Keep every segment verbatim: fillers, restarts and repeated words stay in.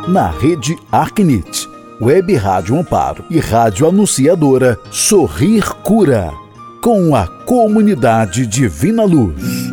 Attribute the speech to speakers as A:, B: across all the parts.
A: na rede Arquinit, Web Rádio Amparo e Rádio Anunciadora Sorrir Cura, com a comunidade Divina Luz.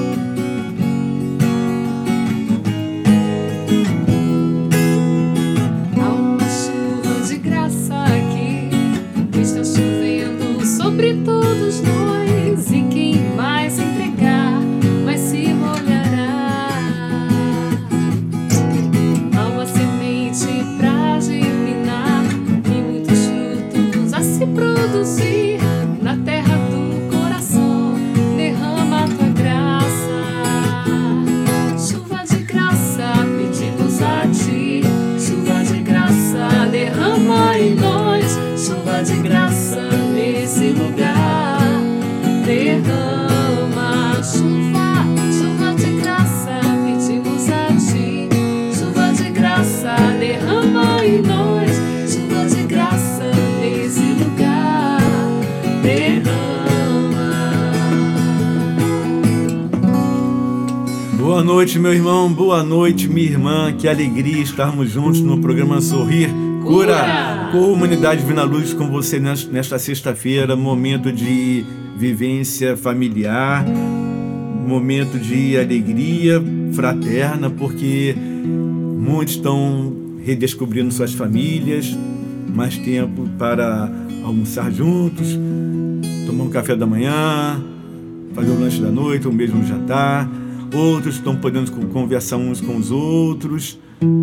B: Boa noite, meu irmão, boa noite, minha irmã. Que alegria estarmos juntos no programa Sorrir Cura, Comunidade Divina Luz, com você nesta sexta-feira, momento de vivência familiar, momento de alegria fraterna, porque muitos estão redescobrindo suas famílias, mais tempo para almoçar juntos, tomar um café da manhã, fazer o lanche da noite, ou mesmo um jantar. Outros estão podendo conversar uns com os outros,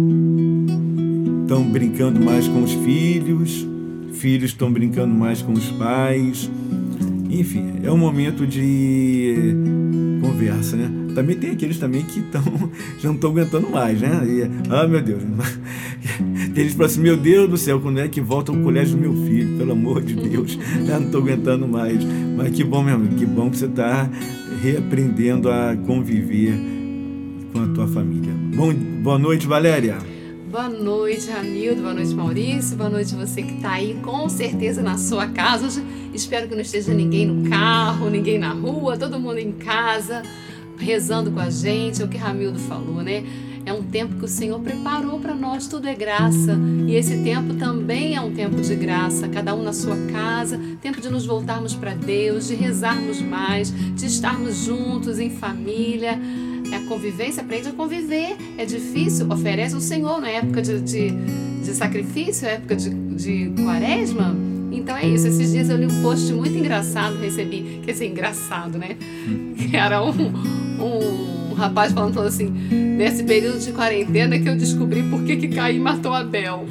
B: estão brincando mais com os filhos, filhos estão brincando mais com os pais. Enfim, é um momento de conversa, né? Também tem aqueles também que tão, já não estão aguentando mais, né? E, ah, meu Deus. Tem gente que fala assim, meu Deus do céu, quando é que volta ao colégio do meu filho? Pelo amor de Deus, já não estou aguentando mais. Mas que bom, meu amigo, que bom que você está reaprendendo a conviver com a tua família. Bom, boa noite, Valéria.
C: Boa noite, Ramildo. Boa noite, Maurício. Boa noite você que está aí, com certeza, na sua casa. Hoje, espero que não esteja ninguém no carro, ninguém na rua, todo mundo em casa, rezando com a gente. É o que Ramildo falou, né? É um tempo que o Senhor preparou para nós, tudo é graça. E esse tempo também é um tempo de graça, cada um na sua casa, tempo de nos voltarmos para Deus, de rezarmos mais, de estarmos juntos em família. É a convivência, aprende a conviver. É difícil, oferece o Senhor na época de, de, de sacrifício, época de, de quaresma. Então é isso, esses dias eu li um post muito engraçado, recebi, quer dizer, engraçado, né? Que era um, um, um rapaz falando, falando assim, nesse período de quarentena que eu descobri por que que Caim matou Abel.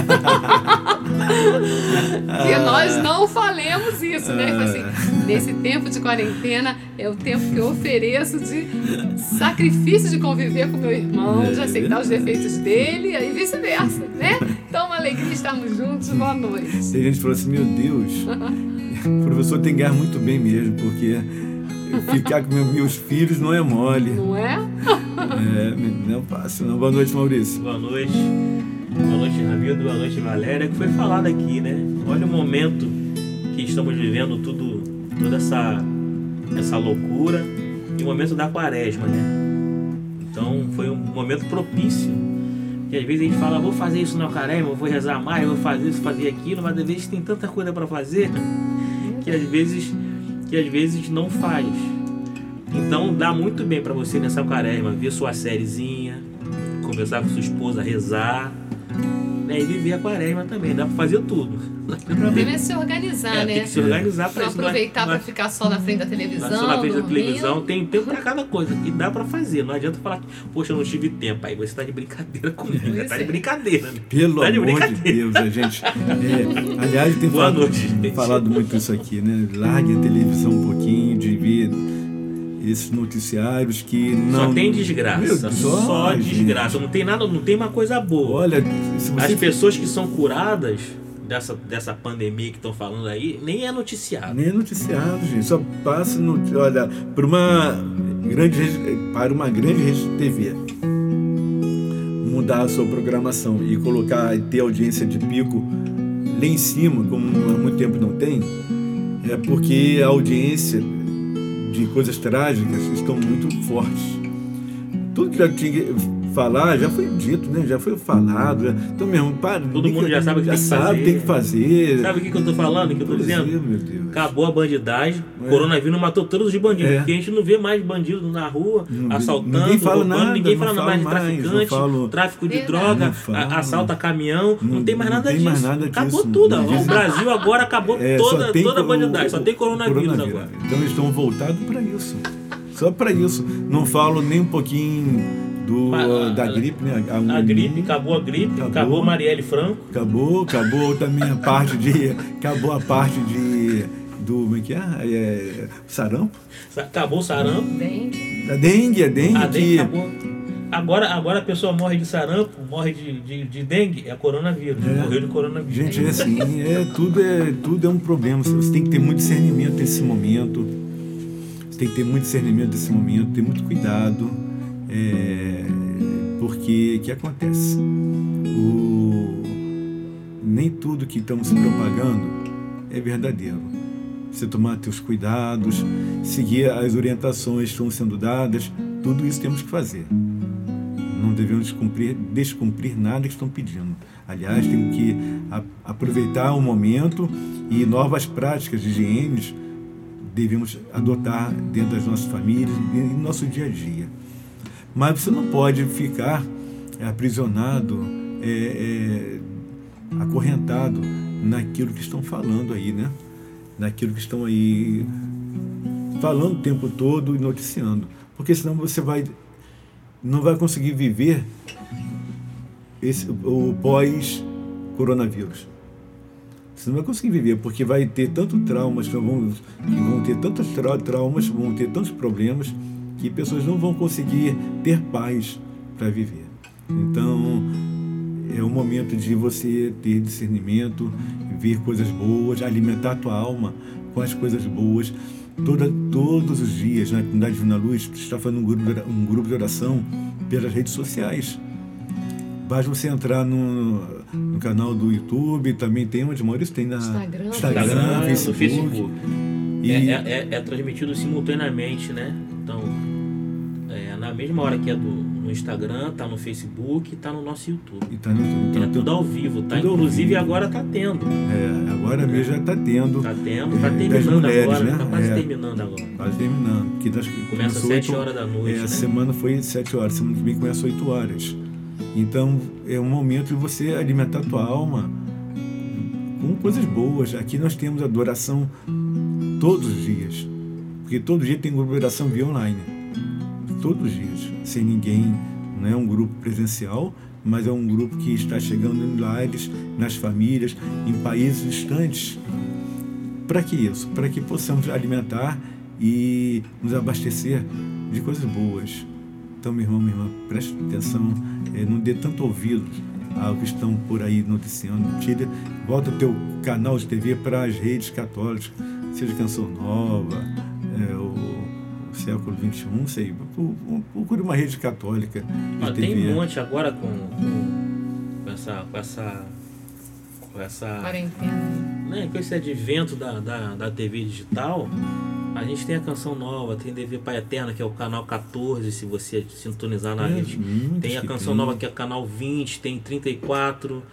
C: Que nós não falemos isso, né? Assim, nesse tempo de quarentena é o tempo que eu ofereço de sacrifício de conviver com meu irmão, de aceitar os defeitos dele e vice-versa, né? Então, uma alegria estarmos juntos. Boa noite.
B: Tem gente que falou assim, meu Deus, o professor tem que ganhar muito bem mesmo, porque ficar com meus filhos não é mole.
C: Não é?
B: É, não é fácil não. Boa noite, Maurício.
D: Boa noite. Boa noite, Ramildo. Boa noite, Valéria, que foi falado aqui, né? Olha o momento que estamos vivendo, tudo, toda essa, essa loucura, e o momento da quaresma, né? Então, foi um momento propício. E às vezes a gente fala, vou fazer isso na quaresma, vou rezar mais, vou fazer isso, fazer aquilo, mas às vezes tem tanta coisa para fazer que às vezes, que às vezes não faz. Então dá muito bem para você nessa quaresma ver sua sériezinha, conversar com sua esposa, rezar, né? E viver a quaresma também, dá para fazer tudo.
C: O problema é se organizar,
D: é,
C: né?
D: Tem que se organizar para
C: não
D: isso.
C: aproveitar
D: não é,
C: para ficar só na frente da televisão.
D: Só na frente
C: dormindo.
D: da televisão, tem tempo para cada coisa. E dá para fazer. Não adianta falar que, poxa, eu não tive tempo. Aí você tá de brincadeira comigo.
C: Pois
D: tá
C: é.
D: de brincadeira, né?
B: Pelo
D: tá de
B: amor de
D: brincadeira.
B: Deus, a gente. É, aliás, tem
D: Boa
B: falado,
D: noite, gente.
B: falado muito isso aqui, né? Largue a televisão um pouquinho, de ver esses noticiários que não.
D: Só tem desgraça.
B: Meu Deus,
D: só
B: gente.
D: desgraça. Não tem nada, não tem uma coisa boa.
B: Olha, se você
D: As pessoas que são curadas dessa, dessa pandemia que estão falando aí, nem é noticiado.
B: nem é noticiado, gente. Só passa no, olha, por uma grande rede- para uma grande rede de T V mudar a sua programação e colocar e ter audiência de pico lá em cima, como há muito tempo não tem, é porque a audiência de coisas trágicas estão muito fortes. Tudo que já tinha falar, já foi dito, né? Já foi falado. Já... Então mesmo, para.
D: Todo mundo já sabe o que
B: já
D: tem que
B: sabe,
D: fazer.
B: tem que fazer.
D: Sabe o que, que eu tô falando? Que eu tô
B: Pois
D: dizendo?
B: é, meu Deus.
D: Acabou a bandidagem, o
B: É.
D: coronavírus matou todos os bandidos,
B: É.
D: porque a gente não vê mais bandidos na rua,
B: Não-
D: assaltando,
B: ninguém fala
D: roubando,
B: nada,
D: ninguém
B: não
D: fala
B: fala
D: mais de
B: mais, não
D: traficante,
B: falo-
D: tráfico de
C: Verdade.
D: droga,
B: Não fala.
D: a- assalta caminhão, não,
B: Não-
D: tem mais
B: não
D: nada
B: tem
D: disso.
B: mais nada
D: Acabou
B: disso.
D: tudo.
B: Não
D: O
B: diz-
D: Brasil agora acabou
B: É, só
D: toda,
B: tem
D: toda a
B: o-
D: bandidagem, só
B: o-
D: tem coronavírus,
B: coronavírus.
D: agora.
B: Então eles estão voltados para isso. Só para isso. Não falo nem um pouquinho do,
D: A-
B: da
D: a-
B: gripe, né?
D: A gripe, acabou a gripe,
B: Acabou.
D: acabou a Marielle Franco.
B: Acabou, acabou também a parte de. Acabou a parte de. Do. Como é que é? É, sarampo?
D: Acabou o sarampo.
C: Bem,
B: A dengue, a dengue.
D: A dengue
B: que,
D: acabou. Agora, agora a pessoa morre de sarampo, morre de, de, de dengue, é coronavírus.
B: É.
D: Morreu de coronavírus.
B: Gente, é assim, é, tudo, é, tudo é um problema. Você tem que ter muito discernimento nesse momento. Você tem que ter muito discernimento nesse momento, ter muito cuidado. É, porque o que acontece? O, nem tudo que estamos propagando é verdadeiro. Você tomar teus cuidados, seguir as orientações que estão sendo dadas, tudo isso temos que fazer. Não devemos descumprir, descumprir nada que estão pedindo. Aliás, temos que a, aproveitar o momento e novas práticas de higiene devemos adotar dentro das nossas famílias e no nosso dia a dia. Mas você não pode ficar aprisionado, é, é, acorrentado naquilo que estão falando aí, né? Naquilo que estão aí falando o tempo todo e noticiando. Porque senão você vai, não vai conseguir viver esse, o pós-coronavírus. Você não vai conseguir viver, porque vai ter tantos traumas, que vão, que vão ter tantos tra- traumas, vão ter tantos problemas, que pessoas não vão conseguir ter paz para viver. Então, é o momento de você ter discernimento, ver coisas boas, alimentar a tua alma com as coisas boas. Toda, todos os dias, na comunidade Divina Luz, você está fazendo um grupo, de, um grupo de oração pelas redes sociais. Basta você entrar no, no canal do YouTube, também tem onde Maurício tem na
C: Instagram,
B: Instagram,
D: Instagram, no
B: Facebook.
D: Facebook.
B: E,
D: É, é, é, é transmitido simultaneamente, né? Então, é, na mesma hora que é do, no Instagram, tá no Facebook, tá no nosso YouTube.
B: e tá no YouTube.
D: É
B: Tá
D: tudo ao vivo, tá?
B: tudo ao
D: Inclusive
B: vivo.
D: agora tá tendo.
B: É, agora mesmo já está tendo.
D: Tá tendo, tá
B: É, das
D: terminando
B: mulheres,
D: agora,
B: né?
D: tá quase
B: É.
D: terminando agora.
B: Quase terminando. Porque nós
D: Começa
B: começou
D: às sete
B: oito-
D: horas da noite,
B: É,
D: né?
B: a semana foi sete horas, semana que vem começa oito horas. Então é um momento de você alimentar a tua alma com coisas boas. Aqui nós temos adoração todos os dias. Porque todo dia tem grupo de oração via online. Todos os dias. Sem ninguém. Não é um grupo presencial, mas é um grupo que está chegando em lares, nas famílias, em países distantes. Para que isso? Para que possamos alimentar e nos abastecer de coisas boas. Então, meu irmão, minha irmã, preste atenção, é, não dê tanto ouvido ao que estão por aí noticiando. Tira, volta o teu canal de T V para as redes católicas, seja Canção Nova, é, o, o Século vinte e um, sei, procure uma rede católica de
D: Ó,
B: T V.
D: tem um monte agora com, com, com essa... Com essa, com essa
C: quarentena.
D: né, com esse advento da, da, da T V digital, a gente tem a Canção Nova, tem T V Pai Eterna, que é o canal catorze, se você sintonizar na
B: É,
D: rede.
B: muitos
D: Tem a
B: que
D: Canção
B: tem.
D: Nova, que é o canal vinte, tem trinta e quatro,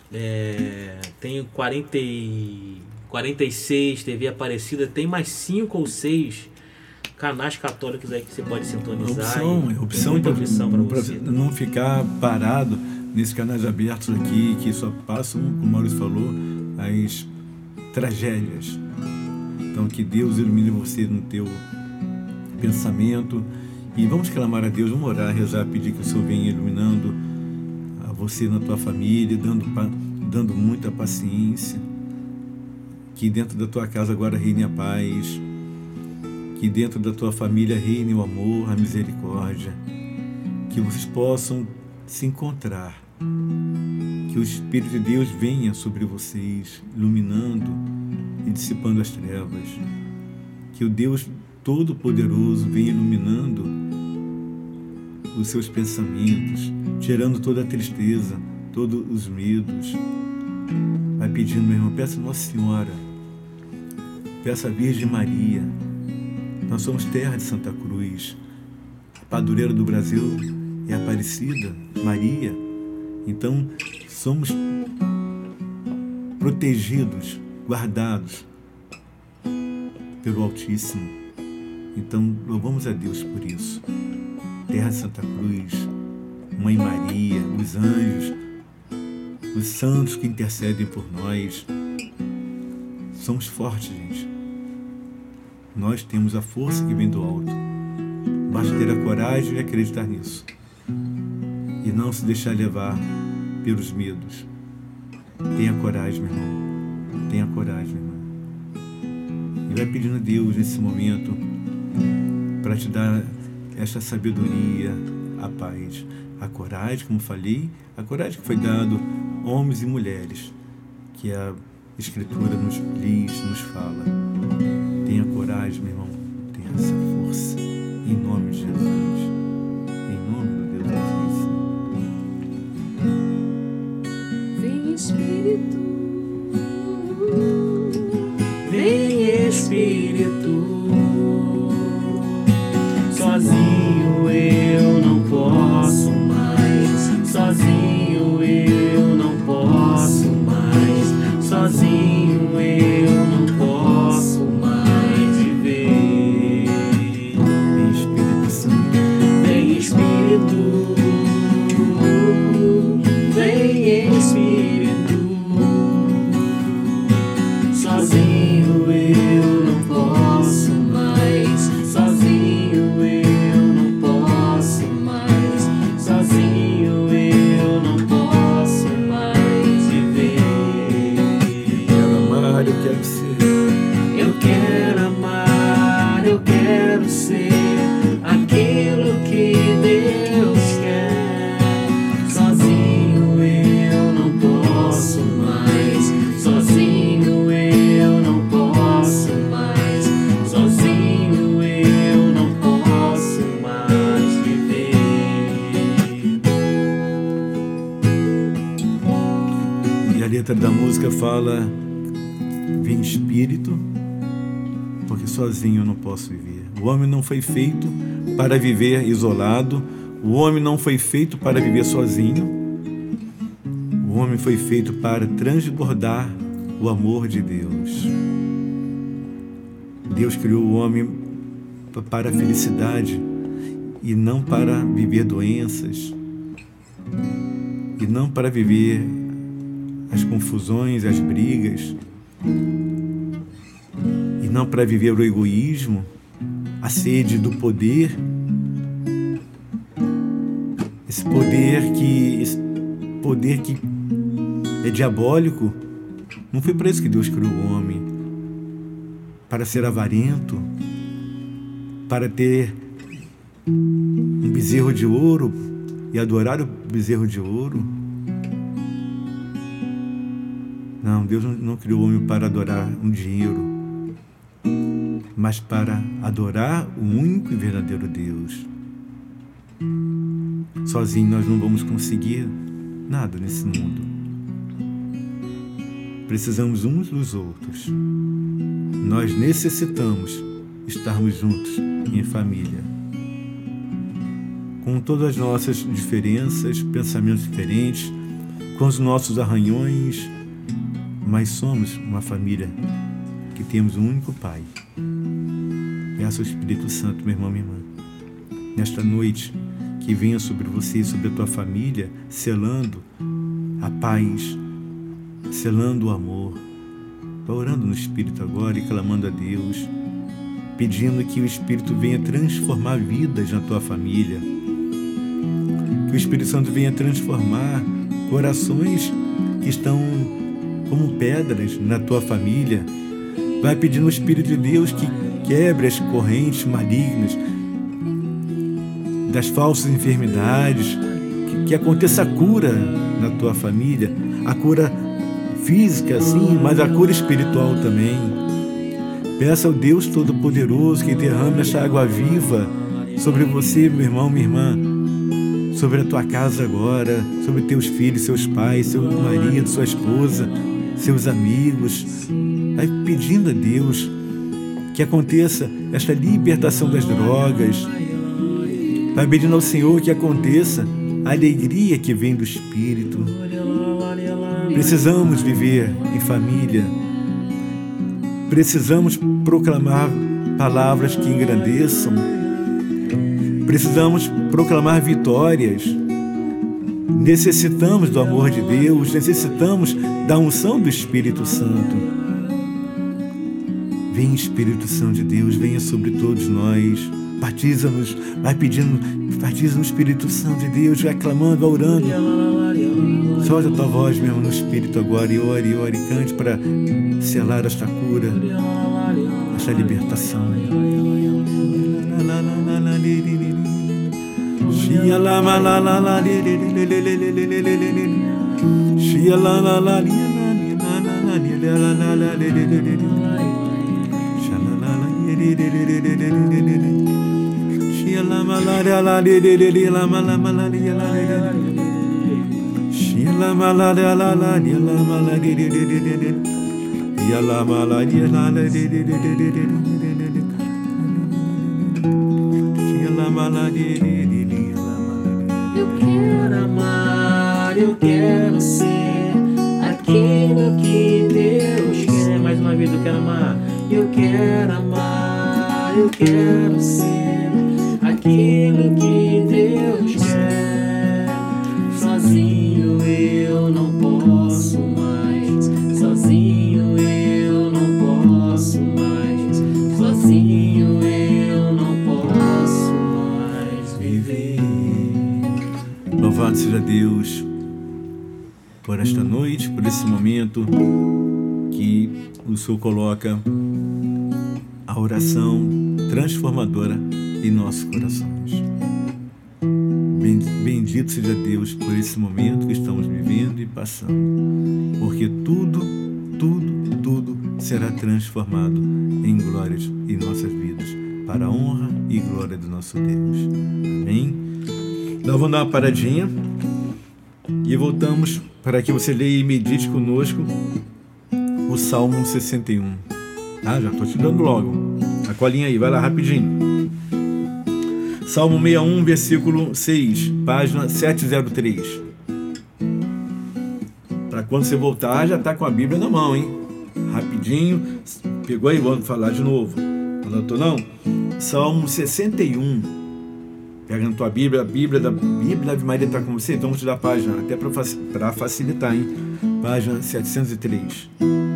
D: é, tem quarenta e, quarenta e seis, T V Aparecida, tem mais cinco ou seis canais católicos aí que você pode sintonizar.
B: Opção,
D: e
B: é
D: tem
B: opção
D: muita
B: para
D: opção para você.
B: não ficar parado nesses canais abertos aqui, que só passam, como o Maurício falou, as tragédias. Então, que Deus ilumine você no teu pensamento. E vamos clamar a Deus, vamos orar, rezar, pedir que o Senhor venha iluminando a você na tua família, dando, dando muita paciência. Que dentro da tua casa agora reine a paz. Que dentro da tua família reine o amor, a misericórdia. Que vocês possam se encontrar. Que o Espírito de Deus venha sobre vocês, iluminando e dissipando as trevas. Que o Deus Todo-Poderoso venha iluminando os seus pensamentos, tirando toda a tristeza, todos os medos. Vai pedindo, meu irmão, peça a Nossa Senhora, peça a Virgem Maria. Nós somos terra de Santa Cruz, a padroeira do Brasil é Aparecida, Maria. Então, somos protegidos, guardados pelo Altíssimo. Então, louvamos a Deus por isso. Terra Santa Cruz, Mãe Maria, os anjos, os santos que intercedem por nós. Somos fortes, gente. Nós temos a força que vem do alto. Basta ter a coragem de acreditar nisso. E não se deixar levar pelos medos. Tenha coragem, meu irmão. Tenha coragem, meu irmão. E vai pedindo a Deus nesse momento para te dar esta sabedoria, a paz, a coragem, como falei, a coragem que foi dado homens e mulheres, que a Escritura nos diz, nos fala. Tenha coragem, meu irmão. Tenha essa força. Em nome de Jesus. Em nome do Deus Altíssimo.
C: Vem Espírito,
D: Vem Espírito, sozinho eu não posso mais, sozinho eu não posso mais, sozinho eu não posso mais viver.
B: Vem Espírito Santo.
D: Vem Espírito, vem Espírito, sozinho eu não posso mais, sozinho eu não posso mais, sozinho eu não posso mais viver.
B: Quero amar, eu quero ser.
D: Eu quero amar, eu quero ser aquilo que Deus quer. Sozinho eu não posso mais, sozinho eu não posso mais, sozinho eu não posso mais viver.
B: E a letra da música fala: vem Espírito, porque sozinho eu não posso viver. O homem não foi feito para viver isolado. O homem não foi feito para viver sozinho. O homem foi feito para transbordar o amor de Deus. Deus criou o homem para a felicidade e não para viver doenças, e não para viver as confusões, as brigas, e não para viver o egoísmo, a sede do poder, esse poder que, esse poder que é diabólico. Não foi para isso que Deus criou o homem, para ser avarento, para ter um bezerro de ouro e adorar o bezerro de ouro. Não, Deus não criou o homem para adorar um dinheiro, mas para adorar o único e verdadeiro Deus. Sozinho nós não vamos conseguir nada nesse mundo. Precisamos uns dos outros. Nós necessitamos estarmos juntos em família, com todas as nossas diferenças, pensamentos diferentes, com os nossos arranhões, mas somos uma família que temos um único Pai. Peço ao Espírito Santo, meu irmão, minha irmã, nesta noite, que venha sobre você e sobre a tua família, selando a paz, selando o amor. Vá orando no Espírito agora e clamando a Deus, pedindo que o Espírito venha transformar vidas na tua família, que o Espírito Santo venha transformar corações que estão como pedras na tua família. Vai pedindo ao Espírito de Deus que quebre as correntes malignas das falsas enfermidades, que, que aconteça a cura na tua família, a cura física, sim, mas a cura espiritual também. Peça ao Deus Todo-Poderoso que derrame essa água viva sobre você, meu irmão, minha irmã, sobre a tua casa agora, sobre teus filhos, seus pais, seu marido, sua esposa, seus amigos. Vai pedindo a Deus que aconteça esta libertação das drogas, Vai pedindo ao Senhor que aconteça a alegria que vem do Espírito. Precisamos viver em família. Precisamos proclamar palavras que engrandeçam. Precisamos proclamar vitórias. Necessitamos do amor de Deus, necessitamos da unção do Espírito Santo. Vem, Espírito Santo de Deus, venha sobre todos nós. Batiza-nos, vai pedindo, batiza no Espírito Santo de Deus, vai clamando, vai orando. Solta a tua voz mesmo no Espírito agora e ore, ore, cante para selar esta cura, esta libertação. Shia la la la la la li li li li li li li li li li. Shia la la la li la li la la la li la la la la li li li li. Shia la la la li li li li li li li li li. Shia la ma la la li li li li la ma la ma la li la li li. Shia la ma la la la la li la ma la li li li li li. Ya la ma la li la li li li li li li. Shia la ma la li li.
E: Eu quero amar, eu quero ser aquilo que Deus quer.
D: Mais uma vez, eu quero amar.
E: Eu quero amar, eu quero ser aquilo que Deus quer. Sozinho eu não posso mais, sozinho eu não posso mais, sozinho eu não posso mais viver.
B: Louvado seja Deus por esta noite, por esse momento que o Senhor coloca a oração transformadora em nossos corações. Bendito seja Deus por esse momento que estamos vivendo e passando, porque tudo, tudo, tudo será transformado em glórias em nossas vidas, para a honra e glória do nosso Deus. Amém? Nós vamos dar uma paradinha e voltamos para que você leia e medite conosco o Salmo sessenta e um. Ah, já estou te dando logo. A colinha aí, vai lá rapidinho. Salmo sessenta e um, versículo seis, página setecentos e três. Para quando você voltar, já está com a Bíblia na mão, hein? Rapidinho. Pegou aí? Vamos falar de novo. Não anotou, não? Salmo sessenta e um. Pega na tua Bíblia, a Bíblia da Bíblia da Ave Maria está com você, então vamos te dar a página, até para facilitar, hein? Página setecentos e três.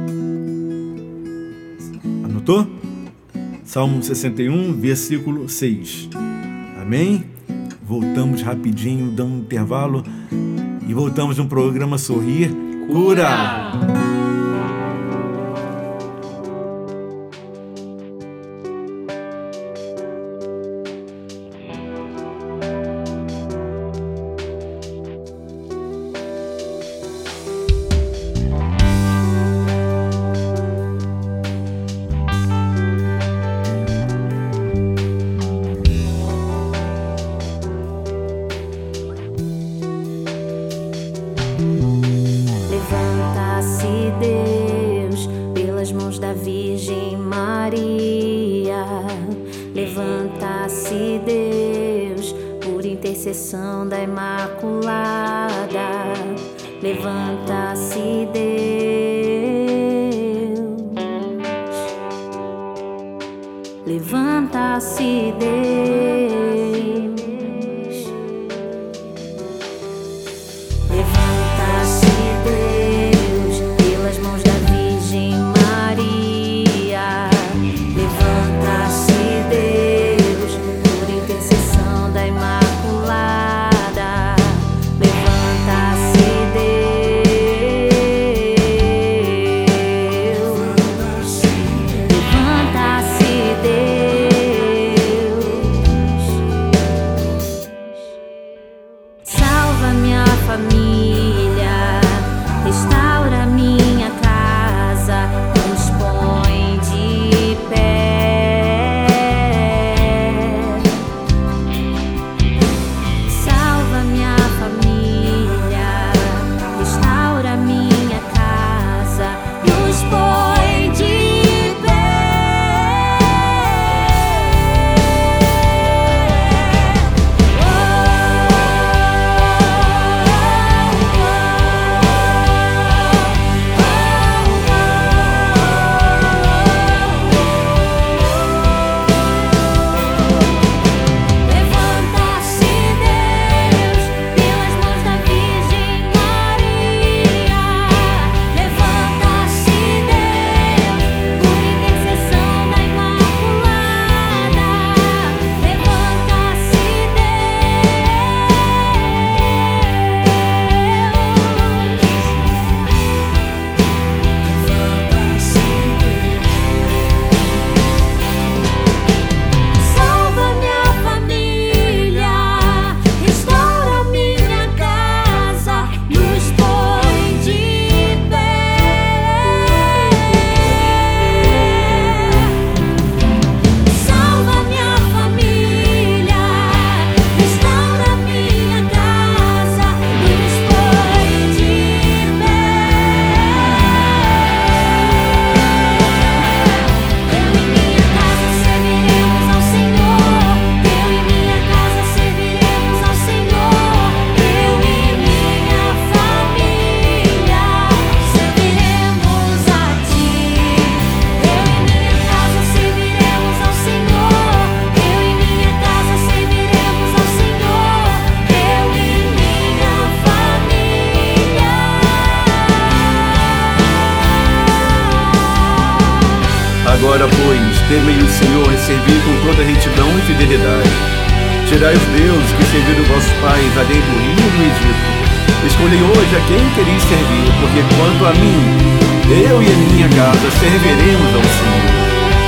B: Anotou? Salmo sessenta e um, versículo seis. Amém? Voltamos rapidinho, dando um intervalo e voltamos no programa Sorrir Cura.
E: Levanta-se, Deus, por intercessão da Imaculada. Levanta-se, Deus. Levanta-se, Deus. Levanta-se, Deus, pelas mãos da Virgem Maria. Levanta-se, Deus, por intercessão da Imaculada. Levanta-se, Deus. Levanta-se, Deus. Salva minha família, restaura minha casa, nos põe de pé. Salva minha família, restaura minha casa, nos põe de pé.
B: agora, pois, temei o Senhor e servi com toda retidão e fidelidade. Tirai os deuses que serviram vossos pais além do rio e do Egito. Escolhi hoje a quem quereis servir, porque quanto a mim, eu e a minha casa serviremos ao Senhor.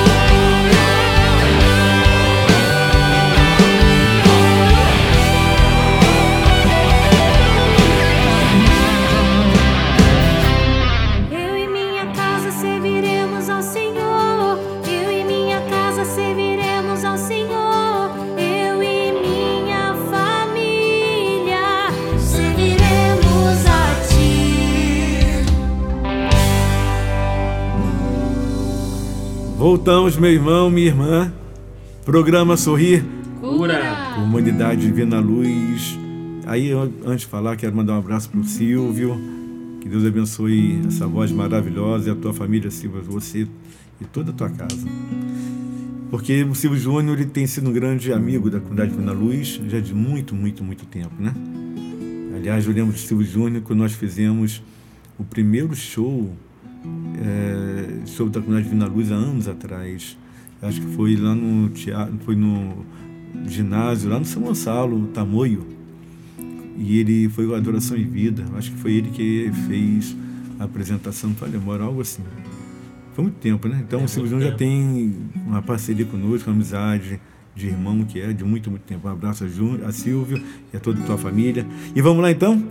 B: Voltamos, meu irmão, minha irmã. Programa Sorrir
D: Cura.
B: Comunidade Divina Luz. Aí, antes de falar, quero mandar um abraço para o Silvio. Que Deus abençoe essa voz maravilhosa e a tua família, Silvio, você e toda a tua casa. Porque o Silvio Júnior, ele tem sido um grande amigo da Comunidade Divina Luz já de muito, muito, muito tempo, né? Aliás, eu lembro de Silvio Júnior quando nós fizemos o primeiro show É, show da Comunidade Divina Luz há anos atrás. Acho que foi lá no teatro, foi no ginásio, lá no São Gonçalo, Tamoio. E ele foi o Adoração em Vida. Acho que foi ele que fez a apresentação, para lembrar, algo assim. Foi muito tempo, né? Então é, o Silvio Júnior já tem uma parceria conosco, uma amizade de irmão que é de muito, muito tempo. Um abraço a, Júnior, a Silvio e a toda a tua família. E vamos lá então?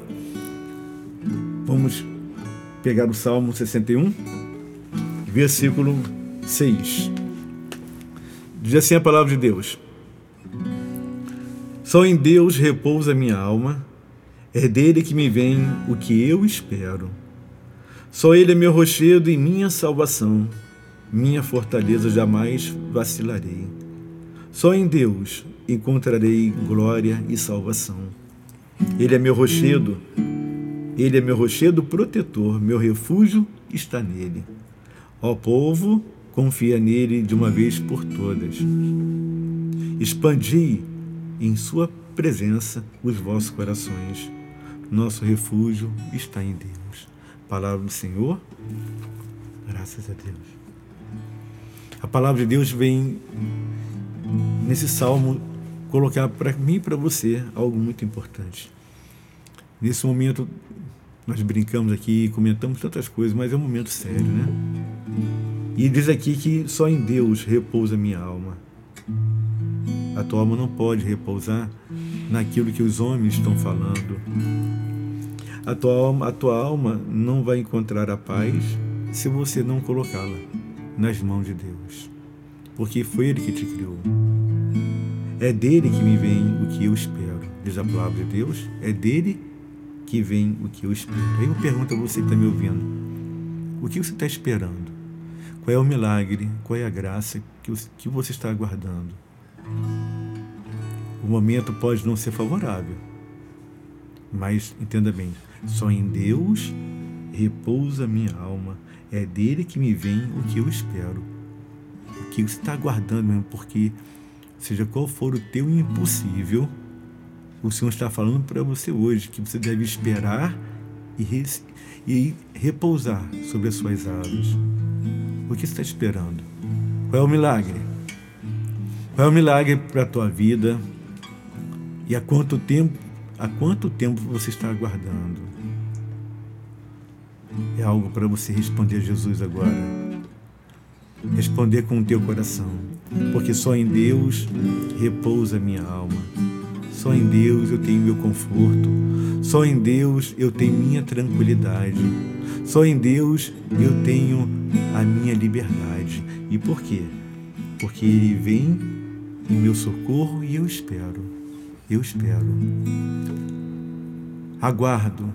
B: Vamos pegar o Salmo sessenta e um, versículo seis. Diz assim a palavra de Deus: só em Deus repousa minha alma, é dele que me vem o que eu espero. Só ele é meu rochedo e minha salvação, minha fortaleza, jamais vacilarei. Só em Deus encontrarei glória e salvação. Ele é meu rochedo, Ele é meu rochedo protetor, meu refúgio está nele. Ó povo, confia nele de uma vez por todas. Expandi em sua presença os vossos corações. Nosso refúgio está em Deus. Palavra do Senhor, graças a Deus. A palavra de Deus vem nesse salmo colocar para mim e para você algo muito importante. Nesse momento, nós brincamos aqui, comentamos tantas coisas, mas é um momento sério, né? E diz aqui que só em Deus repousa a minha alma. A tua alma não pode repousar naquilo que os homens estão falando. A tua alma, a tua alma não vai encontrar a paz se você não colocá-la nas mãos de Deus. Porque foi Ele que te criou. É dele que me vem o que eu espero. Diz a palavra de Deus, é dele que vem o que eu espero. Aí eu pergunto a você que está me ouvindo, o que você está esperando? Qual é o milagre, qual é a graça que você está aguardando? O momento pode não ser favorável, mas entenda bem, só em Deus repousa minha alma, é dele que me vem o que eu espero. O que você está aguardando mesmo, porque seja qual for o teu impossível, o Senhor está falando para você hoje que você deve esperar e, re, e repousar sobre as suas asas. O que você está esperando? Qual é o milagre? Qual é o milagre para a tua vida? E há quanto tempo, há quanto tempo você está aguardando? É algo para você responder a Jesus agora. Responder com o teu coração. Porque só em Deus repousa a minha alma. Só em Deus eu tenho meu conforto. Só em Deus eu tenho minha tranquilidade. Só em Deus eu tenho a minha liberdade. E por quê? Porque Ele vem em meu socorro e eu espero. Eu espero. Aguardo.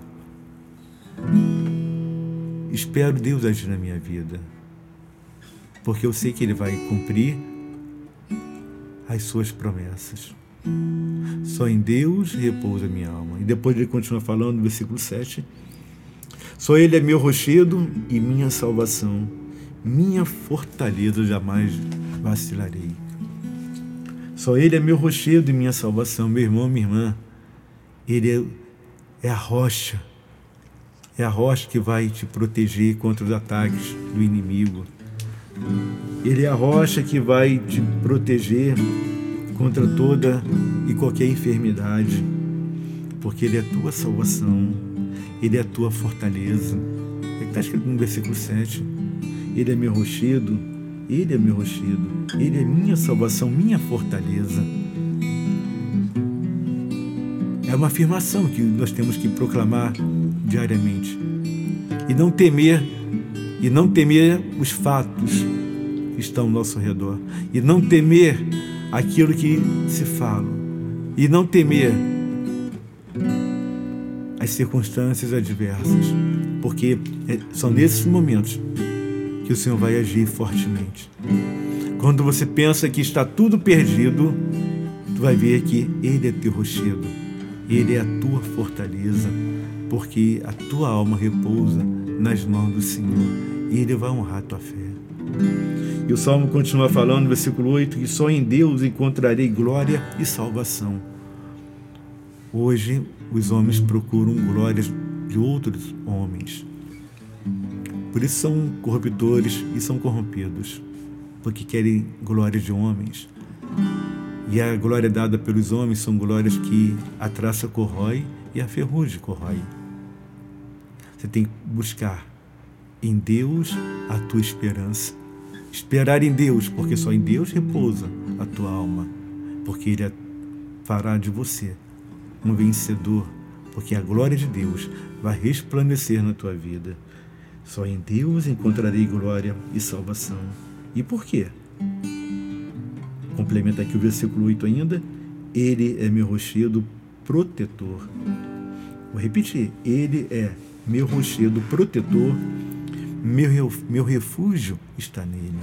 B: Espero Deus agir na minha vida. Porque eu sei que Ele vai cumprir as suas promessas. Só em Deus repousa minha alma. E depois ele continua falando no versículo sete. Só Ele é meu rochedo e minha salvação. Minha fortaleza, jamais vacilarei. Só Ele é meu rochedo e minha salvação. Meu irmão, minha irmã, Ele é, é a rocha. É a rocha que vai te proteger contra os ataques do inimigo. Ele é a rocha que vai te proteger contra toda e qualquer enfermidade, porque Ele é a tua salvação, Ele é a tua fortaleza. É que está escrito no versículo sete. Ele é meu rochedo, Ele é meu rochedo, Ele é minha salvação, minha fortaleza. É uma afirmação que nós temos que proclamar diariamente. E não temer, e não temer os fatos que estão ao nosso redor. E não temer aquilo que se fala. E não temer as circunstâncias adversas. Porque são nesses momentos que o Senhor vai agir fortemente. Quando você pensa que está tudo perdido, tu vai ver que Ele é teu rochedo. Ele é a tua fortaleza, porque a tua alma repousa nas mãos do Senhor e Ele vai honrar a tua fé. E o Salmo continua falando no versículo oito, que só em Deus encontrarei glória e salvação. Hoje os homens procuram glórias de outros homens. Por isso são corruptores e são corrompidos, porque querem glória de homens. E a glória dada pelos homens são glórias que a traça corrói e a ferrugem corrói. Você tem que buscar em Deus a tua esperança. Esperar em Deus, porque só em Deus repousa a tua alma. Porque Ele fará de você um vencedor, porque a glória de Deus vai resplandecer na tua vida. Só em Deus encontrarei glória e salvação. E por quê? Complementa aqui o versículo oito ainda. Ele é meu rochedo protetor. Vou repetir. Ele é meu rochedo protetor. Meu, meu refúgio está nele.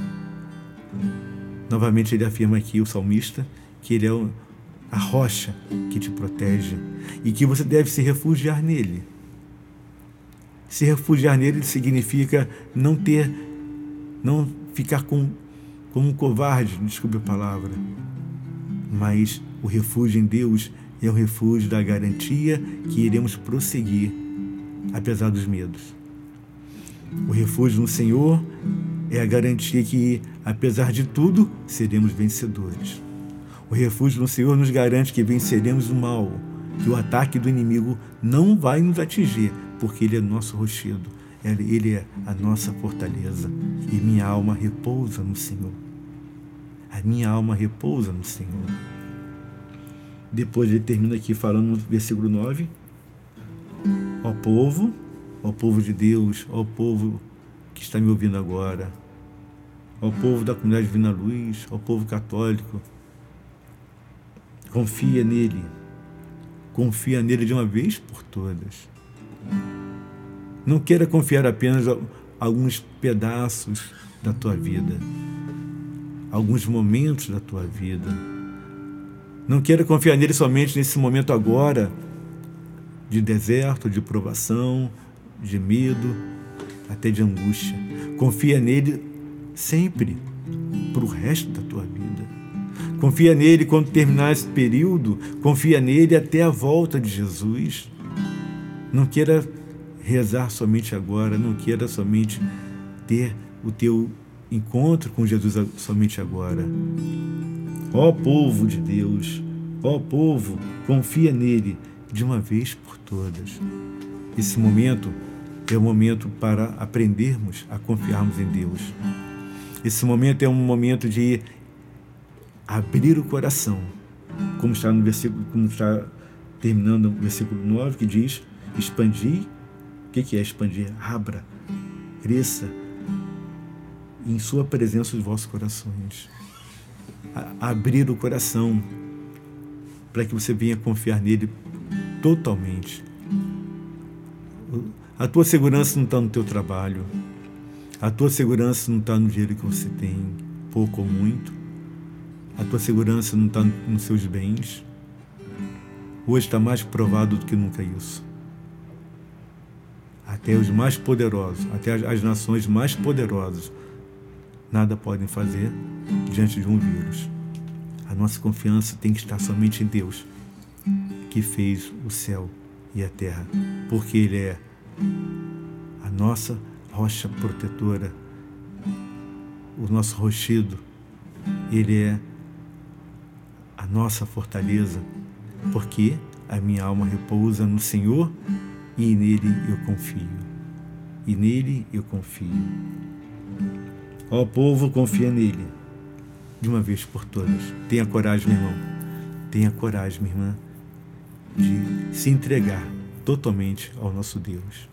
B: Novamente ele afirma aqui, o salmista, que ele é a rocha que te protege e que você deve se refugiar nele. Se refugiar nele significa não ter, não ficar com como um covarde, desculpe a palavra, mas o refúgio em Deus é o refúgio da garantia que iremos prosseguir, apesar dos medos. O refúgio no Senhor é a garantia que, apesar de tudo, seremos vencedores. O refúgio no Senhor nos garante que venceremos o mal, que o ataque do inimigo não vai nos atingir, porque Ele é nosso rochedo. Ele é a nossa fortaleza e minha alma repousa no Senhor. A minha alma repousa no Senhor. Depois ele termina aqui falando no versículo nove. Ó povo, ó povo de Deus, ó povo que está me ouvindo agora, ó povo da comunidade Divina Luz, ó povo católico, confia nele, confia nele de uma vez por todas. Não queira confiar apenas alguns pedaços da tua vida, alguns momentos da tua vida. Não queira confiar nele somente nesse momento agora, de deserto, de provação, de medo, até de angústia. Confia nele sempre, para o resto da tua vida. Confia nele quando terminar esse período, confia nele até a volta de Jesus. Não queira rezar somente agora, não queira somente ter o teu encontro com Jesus somente agora. Ó povo de Deus, ó povo, confia nele de uma vez por todas. Esse momento é o momento para aprendermos a confiarmos em Deus. Esse momento é um momento de abrir o coração, como está no versículo, como está terminando o versículo nove, que diz: expandir. O que é expandir? Abra, cresça em sua presença os vossos corações. A, abrir o coração para que você venha confiar nele totalmente. A tua segurança não está no teu trabalho. A tua segurança não está no dinheiro que você tem, pouco ou muito. A tua segurança não está nos seus bens. Hoje está mais provado do que nunca isso. Até os mais poderosos, até as, as nações mais poderosas, nada podem fazer diante de um vírus. A nossa confiança tem que estar somente em Deus, que fez o céu e a terra, porque Ele é a nossa rocha protetora, o nosso rochedo, Ele é a nossa fortaleza, porque a minha alma repousa no Senhor e nele eu confio. E nele eu confio. Ó povo, confia nele, de uma vez por todas. Tenha coragem, meu irmão. Tenha coragem, minha irmã, de se entregar totalmente ao nosso Deus.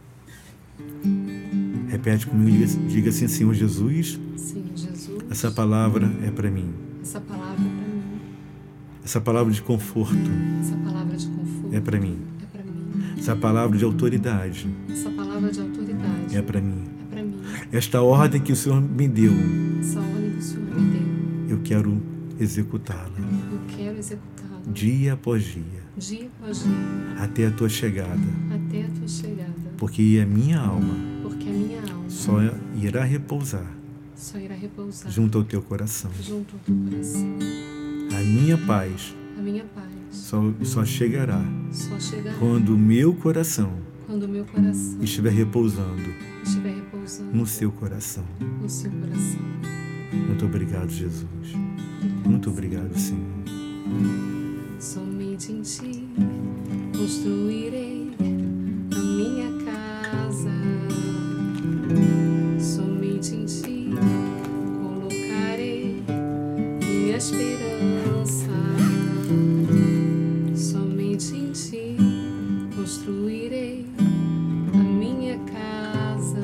B: Repete comigo, diga, diga assim: Senhor Jesus,
C: Senhor Jesus,
B: essa palavra é para mim.
C: essa palavra é para mim.
B: Essa palavra de conforto
C: Essa palavra de conforto
B: é para mim.
C: é para mim.
B: Essa palavra de autoridade
C: Essa palavra de autoridade
B: é para mim.
C: é para mim.
B: Esta ordem que o Senhor me deu,
C: Essa ordem que o Senhor me deu,
B: eu quero executá-la
C: eu quero executá-la
B: dia após dia,
C: dia após dia,
B: até a tua chegada,
C: até a tua chegada,
B: porque a minha alma
C: porque a minha alma
B: só irá repousar
C: só irá repousar
B: junto ao teu coração.
C: junto ao teu coração.
B: A minha paz
C: A minha paz
B: só, só chegará
C: só chegará
B: quando o meu coração
C: quando o meu coração
B: estiver repousando
C: estiver repousando
B: no seu coração.
C: no seu coração.
B: Muito obrigado, Jesus. Muito obrigado, Senhor.
C: Somente em ti construirei a minha casa. Somente em ti colocarei minha esperança. Somente em ti construirei a minha casa.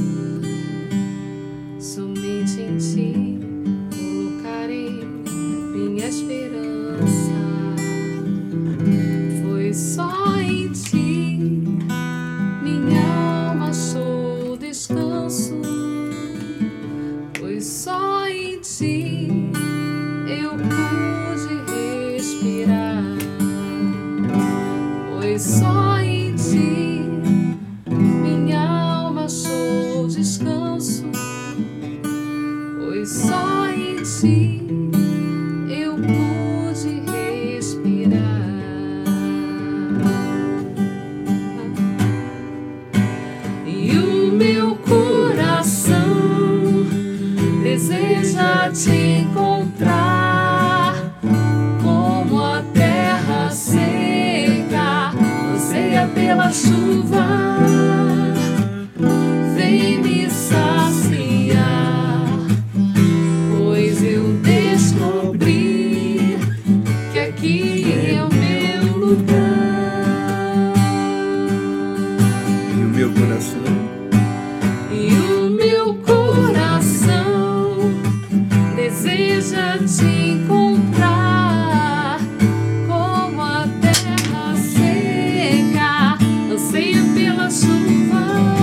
C: Somente em ti colocarei minha esperança. Foi só em ti minha alma achou descanso. Foi só em ti eu pude respirar. Foi só em ti minha alma achou descanso. Foi só em ti eu pude respirar. E o meu coração deseja te encontrar, como a terra seca anseia pela chuva. Vem me saciar, pois eu descobri que aqui é o meu lugar.
B: E o meu coração
C: E o meu coração deseja te encontrar, como a terra seca anseia pela chuva.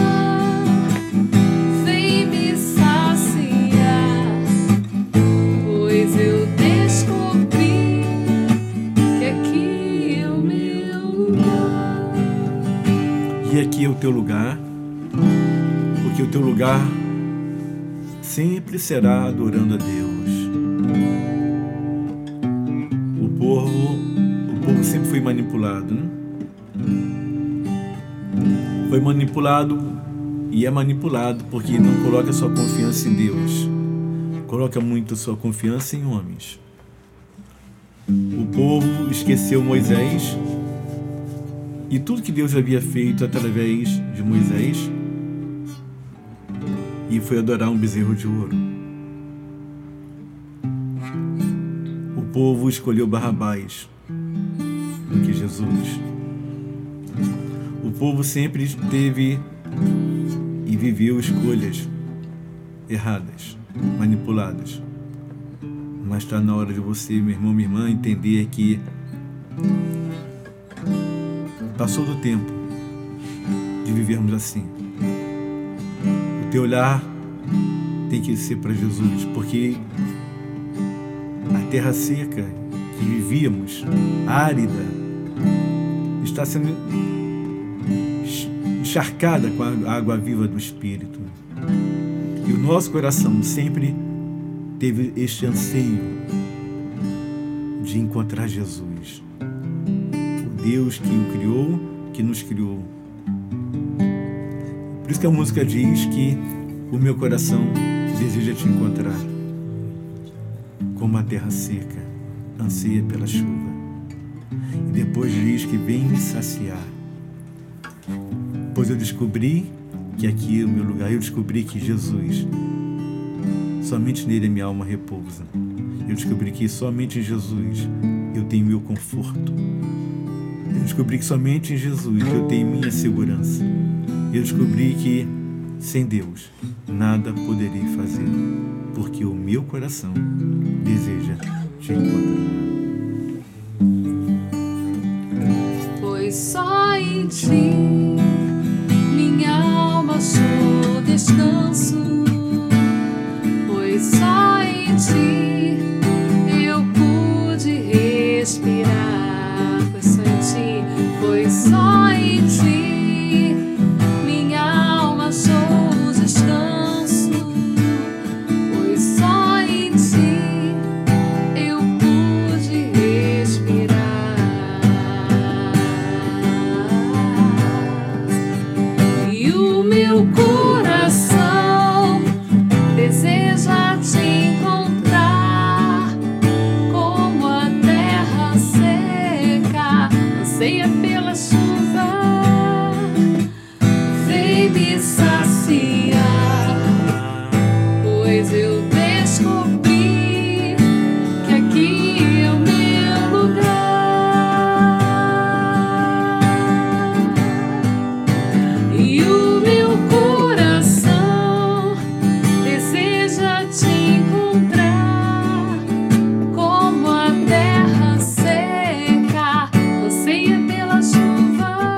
C: Vem me saciar, pois eu descobri que aqui é o meu lugar.
B: E aqui é o teu lugar, porque o teu lugar sempre será adorando a Deus. O povo, o povo sempre foi manipulado, né? Foi manipulado e é manipulado porque não coloca sua confiança em Deus, coloca muito sua confiança em homens. O povo esqueceu Moisés e tudo que Deus havia feito através de Moisés, e foi adorar um bezerro de ouro. O povo escolheu Barrabás do que Jesus. O povo sempre teve e viveu escolhas erradas, manipuladas. Mas está na hora de você, meu irmão, minha irmã, entender que passou do tempo de vivermos assim. O teu olhar tem que ser para Jesus, porque a terra seca que vivíamos, árida, está sendo encharcada com a água viva do Espírito. E o nosso coração sempre teve este anseio de encontrar Jesus, o Deus que o criou, que nos criou. Por isso que a música diz que o meu coração deseja te encontrar. Como a terra seca anseia pela chuva. E depois diz que vem me saciar. Pois eu descobri que aqui é o meu lugar. Eu descobri que Jesus, somente nele a minha alma repousa. Eu descobri que somente em Jesus eu tenho meu conforto. Eu descobri que somente em Jesus eu tenho minha segurança. Eu descobri que sem Deus nada poderei fazer, porque o meu coração deseja te encontrar.
C: Pois só em ti minha alma achou descanso, pois só em ti eu pude respirar. Pois só em ti, pois só em ti minha alma achou descanso, pois só em ti eu pude respirar. E o meu coração deseja te encontrar, como a terra seca anseia pela chuva. Vem me saciar, pois eu descobri que aqui é o meu lugar. E o meu coração deseja te encontrar, como a terra seca anseia pela chuva.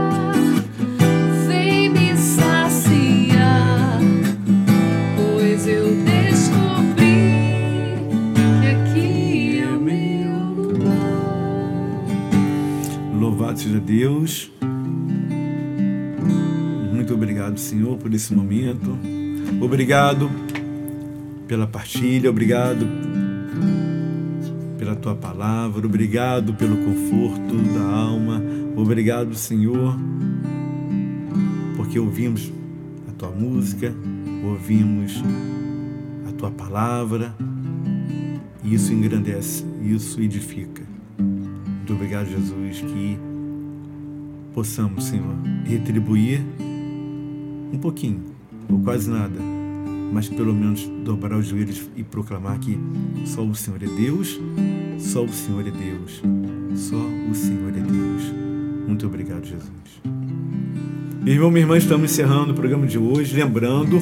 C: Vem me saciar, pois eu descobri que aqui é o meu lugar.
B: Louvado seja Deus. Muito obrigado, Senhor, por esse momento. Obrigado pela partilha, obrigado pela Tua palavra, obrigado pelo conforto da alma, obrigado, Senhor, porque ouvimos a Tua música, ouvimos a Tua palavra, e isso engrandece, isso edifica. Muito obrigado, Jesus, que possamos, Senhor, retribuir um pouquinho, ou quase nada, mas pelo menos dobrar os joelhos e proclamar que só o Senhor é Deus, só o Senhor é Deus, só o Senhor é Deus. Muito obrigado, Jesus. Meu irmão, minha irmã, estamos encerrando o programa de hoje, lembrando,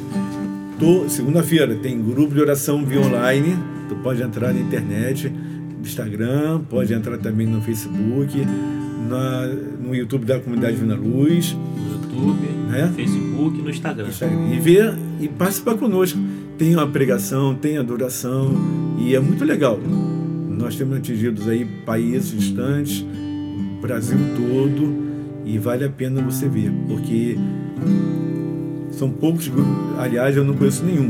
B: tô, segunda-feira tem grupo de oração via online, tu pode entrar na internet, no Instagram, pode entrar também no Facebook, na, no YouTube da Comunidade Vina Luz,
D: YouTube,
B: é?
D: Facebook e no Instagram.
B: E ver e participar conosco. Tem uma pregação, tem adoração e é muito legal. Nós temos atingido aí países distantes, Brasil todo, e vale a pena você ver, porque são poucos grupos. Aliás, eu não conheço nenhum.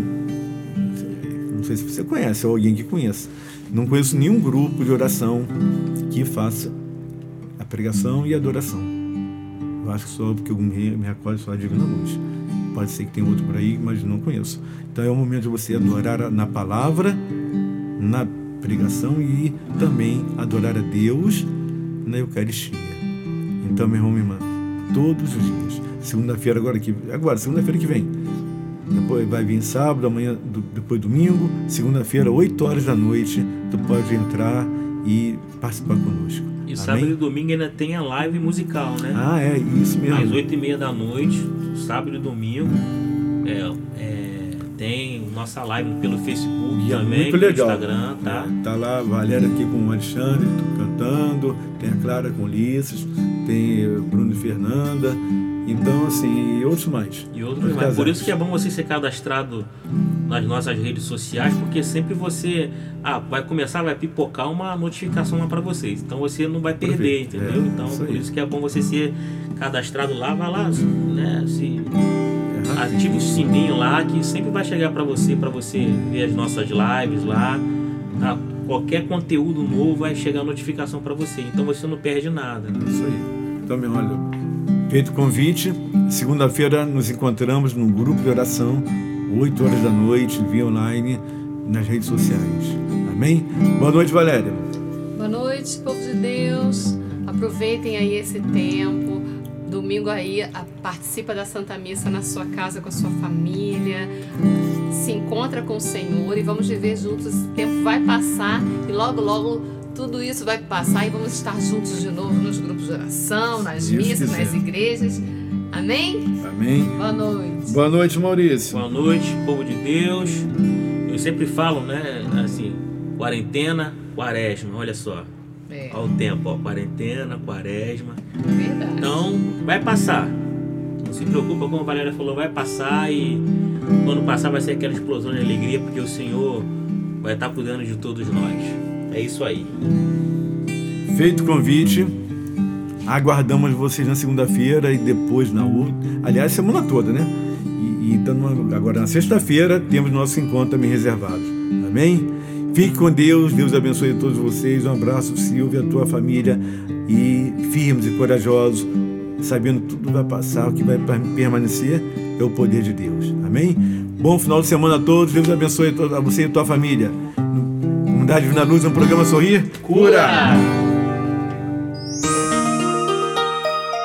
B: Não sei se você conhece ou alguém que conheça. Não conheço nenhum grupo de oração que faça a pregação e a adoração. Eu acho que só porque eu me, me recordo só a Divina Luz. Pode ser que tenha outro por aí, mas não conheço. Então é o momento de você adorar na palavra, na pregação e também adorar a Deus na Eucaristia. Então, meu irmão, minha irmã, todos os dias, segunda-feira agora que agora, segunda-feira que vem, depois vai vir sábado, amanhã, do, depois domingo, segunda-feira, oito horas da noite, tu pode entrar e participar conosco.
D: E sábado Amém? E domingo ainda tem a live musical, né?
B: Ah, é, isso mesmo.
D: Às oito e meia da noite, sábado e domingo, é, é, tem nossa live pelo Facebook
B: e
D: também,
B: é muito legal.
D: No Instagram, tá?
B: É, tá lá a Valéria aqui com o Alexandre cantando, tem a Clara com Ulisses, tem Bruno e Fernanda, então assim, e outros mais.
D: E outros mais. Por isso que é bom você ser cadastrado nas nossas redes sociais, porque sempre você ah, vai começar, vai pipocar uma notificação lá para vocês, então você não vai perder, Perfeito. Entendeu? É, então por isso que é bom você ser cadastrado lá, vai lá, né, se é ative o sininho lá, que sempre vai chegar para você, para você ver as nossas lives lá, tá? Qualquer conteúdo novo vai chegar a notificação para você, então você não perde nada.
B: Isso aí. Então, meu olha, feito o convite, segunda-feira nos encontramos num grupo de oração oito horas da noite, via online, nas redes sociais. Amém? Boa noite, Valéria.
C: Boa noite, povo de Deus. Aproveitem aí esse tempo. Domingo aí, a, participa da Santa Missa na sua casa, com a sua família. Se encontra com o Senhor e vamos viver juntos. Esse tempo vai passar e logo, logo tudo isso vai passar e vamos estar juntos de novo nos grupos de oração, nas
B: Deus
C: missas,
B: quiser.
C: nas igrejas. Amém?
B: Amém.
C: Boa noite.
B: Boa noite, Maurício.
D: Boa noite, povo de Deus. Eu sempre falo, né, assim, quarentena, quaresma, olha só.
C: É,
D: Olha o tempo, ó, quarentena, quaresma.
C: verdade.
D: Então, vai passar. Não se preocupa, como a Valéria falou, vai passar e quando passar vai ser aquela explosão de alegria, porque o Senhor vai estar cuidando de todos nós. É isso aí.
B: Feito o convite, aguardamos vocês na segunda-feira e depois na outra. Aliás, semana toda, né? E, e então, agora na sexta-feira temos nosso encontro também reservado. Amém? Fique com Deus, Deus abençoe a todos vocês. Um abraço, Silvia, a tua família. E firmes e corajosos, sabendo que tudo vai passar, o que vai permanecer é o poder de Deus. Amém? Bom final de semana a todos. Deus abençoe a você e a tua família. Comunidade Divina Luz, no programa Sorrir Cura.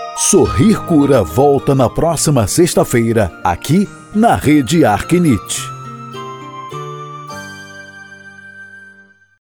A: Sorrir Cura volta na próxima sexta-feira, aqui na Rede Arquenite.